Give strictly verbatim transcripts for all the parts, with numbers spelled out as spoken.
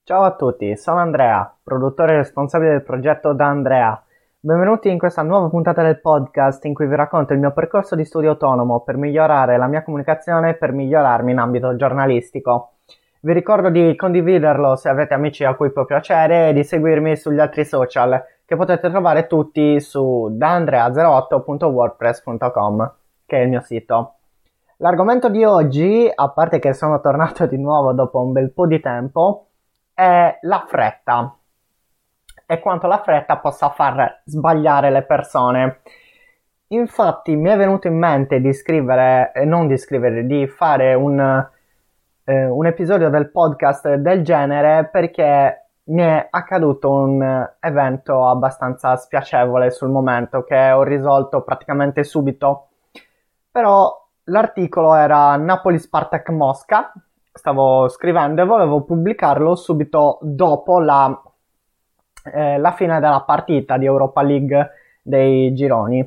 Ciao a tutti, sono Andrea, produttore responsabile del progetto Da Andrea. Benvenuti in questa nuova puntata del podcast in cui vi racconto il mio percorso di studio autonomo per migliorare la mia comunicazione e per migliorarmi in ambito giornalistico. Vi ricordo di condividerlo se avete amici a cui può piacere e di seguirmi sugli altri social che potete trovare tutti su da andrea zero otto punto wordpress punto com, che è il mio sito. L'argomento di oggi, a parte che sono tornato di nuovo dopo un bel po' di tempo, è la fretta e quanto la fretta possa far sbagliare le persone. Infatti mi è venuto in mente di scrivere, eh, non di scrivere, di fare un, eh, un episodio del podcast del genere perché mi è accaduto un evento abbastanza spiacevole sul momento che ho risolto praticamente subito. Però l'articolo era Napoli-Spartak Mosca, stavo scrivendo e volevo pubblicarlo subito dopo la, eh, la fine della partita di Europa League dei gironi.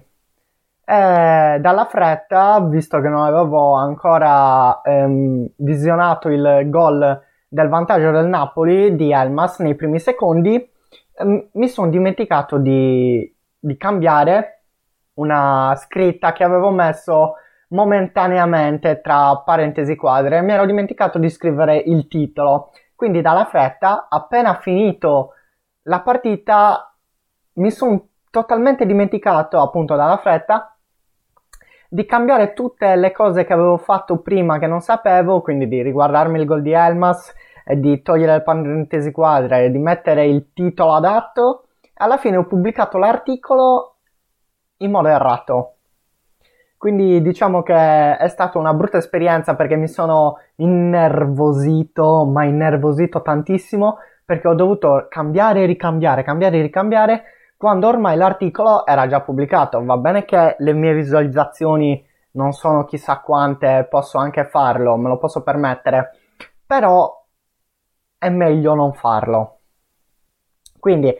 E dalla fretta, visto che non avevo ancora ehm, visionato il gol del vantaggio del Napoli di Elmas nei primi secondi, ehm, mi sono dimenticato di, di cambiare una scritta che avevo messo momentaneamente tra parentesi quadre. Mi ero dimenticato di scrivere il titolo, quindi dalla fretta, appena finito la partita, mi sono totalmente dimenticato, appunto dalla fretta, di cambiare tutte le cose che avevo fatto prima che non sapevo, quindi di riguardarmi il gol di Elmas e di togliere le parentesi quadre e di mettere il titolo adatto. Alla fine ho pubblicato l'articolo in modo errato. Quindi diciamo che è stata una brutta esperienza perché mi sono innervosito, ma innervosito tantissimo, perché ho dovuto cambiare e ricambiare, cambiare e ricambiare, quando ormai l'articolo era già pubblicato. Va bene che le mie visualizzazioni non sono chissà quante, posso anche farlo, me lo posso permettere, però è meglio non farlo. Quindi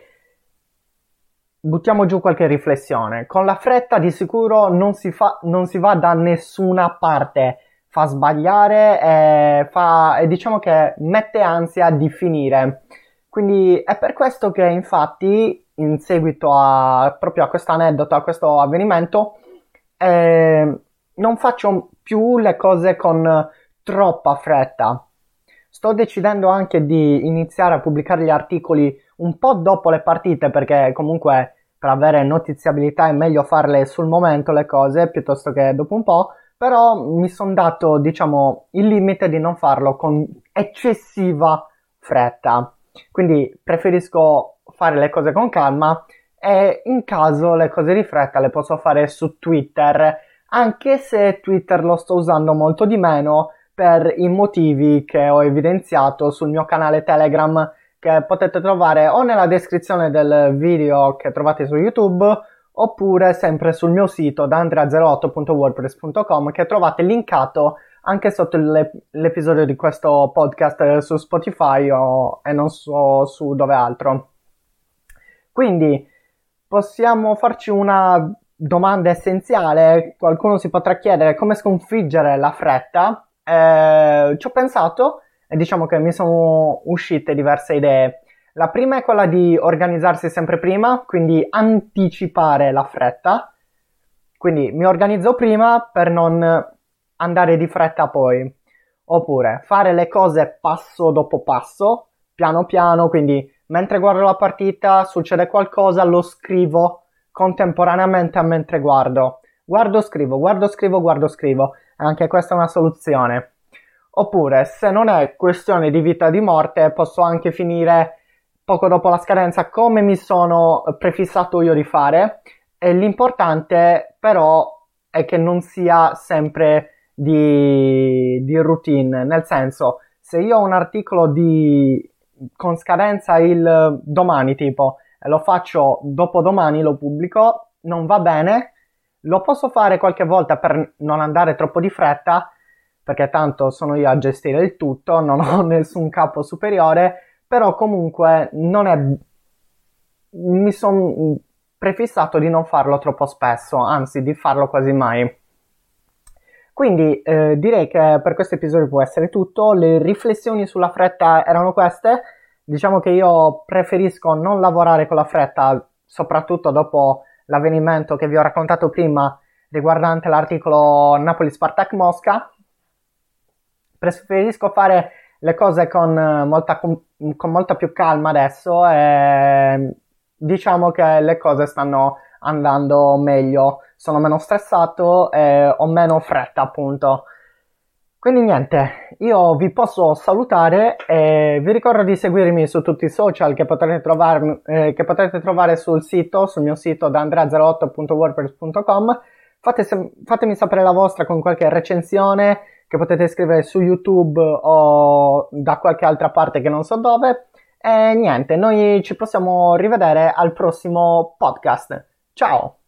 buttiamo giù qualche riflessione. Con la fretta di sicuro non si, fa, non si va da nessuna parte, fa sbagliare e, fa, e diciamo che mette ansia di finire. Quindi è per questo che infatti in seguito a proprio a questo aneddoto, a questo avvenimento, eh, non faccio più le cose con troppa fretta. Sto decidendo anche di iniziare a pubblicare gli articoli un po' dopo le partite, perché comunque per avere notiziabilità è meglio farle sul momento le cose piuttosto che dopo un po', però mi sono dato, diciamo, il limite di non farlo con eccessiva fretta. Quindi preferisco fare le cose con calma e in caso le cose di fretta le posso fare su Twitter, anche se Twitter lo sto usando molto di meno per i motivi che ho evidenziato sul mio canale Telegram, che potete trovare o nella descrizione del video che trovate su YouTube oppure sempre sul mio sito da andrea zero otto punto wordpress punto com, che trovate linkato anche sotto l'ep- l'episodio di questo podcast su Spotify o, e non so su dove altro. Quindi possiamo farci una domanda essenziale. Qualcuno si potrà chiedere come sconfiggere la fretta. Eh, ci ho pensato e diciamo che mi sono uscite diverse idee. La prima è quella di organizzarsi sempre prima, quindi anticipare la fretta. Quindi mi organizzo prima per non andare di fretta poi. Oppure fare le cose passo dopo passo, piano piano, quindi mentre guardo la partita succede qualcosa, lo scrivo contemporaneamente a mentre guardo. Guardo, scrivo, guardo, scrivo, guardo, scrivo. Anche questa è una soluzione. Oppure, se non è questione di vita o di morte, posso anche finire poco dopo la scadenza come mi sono prefissato io di fare. E l'importante però è che non sia sempre di, di routine, nel senso, se io ho un articolo di, con scadenza il domani tipo, e lo faccio dopodomani, lo pubblico, non va bene. Lo posso fare qualche volta per non andare troppo di fretta, perché tanto sono io a gestire il tutto, non ho nessun capo superiore, però comunque non è... mi sono prefissato di non farlo troppo spesso, anzi di farlo quasi mai. Quindi eh, direi che per questo episodio può essere tutto. Le riflessioni sulla fretta erano queste. diciamo che io preferisco non lavorare con la fretta, soprattutto dopo l'avvenimento che vi ho raccontato prima riguardante l'articolo Napoli-Spartak Mosca. Preferisco fare le cose con molta, con molta più calma adesso e diciamo che le cose stanno andando meglio, sono meno stressato e ho meno fretta, appunto. Quindi niente, io vi posso salutare e vi ricordo di seguirmi su tutti i social che potrete, trovarmi, eh, che potrete trovare sul sito, sul mio sito da andrea zero otto punto wordpress punto com. Fate se- fatemi sapere la vostra con qualche recensione che potete scrivere su YouTube o da qualche altra parte che non so dove. E niente, noi ci possiamo rivedere al prossimo podcast. Ciao!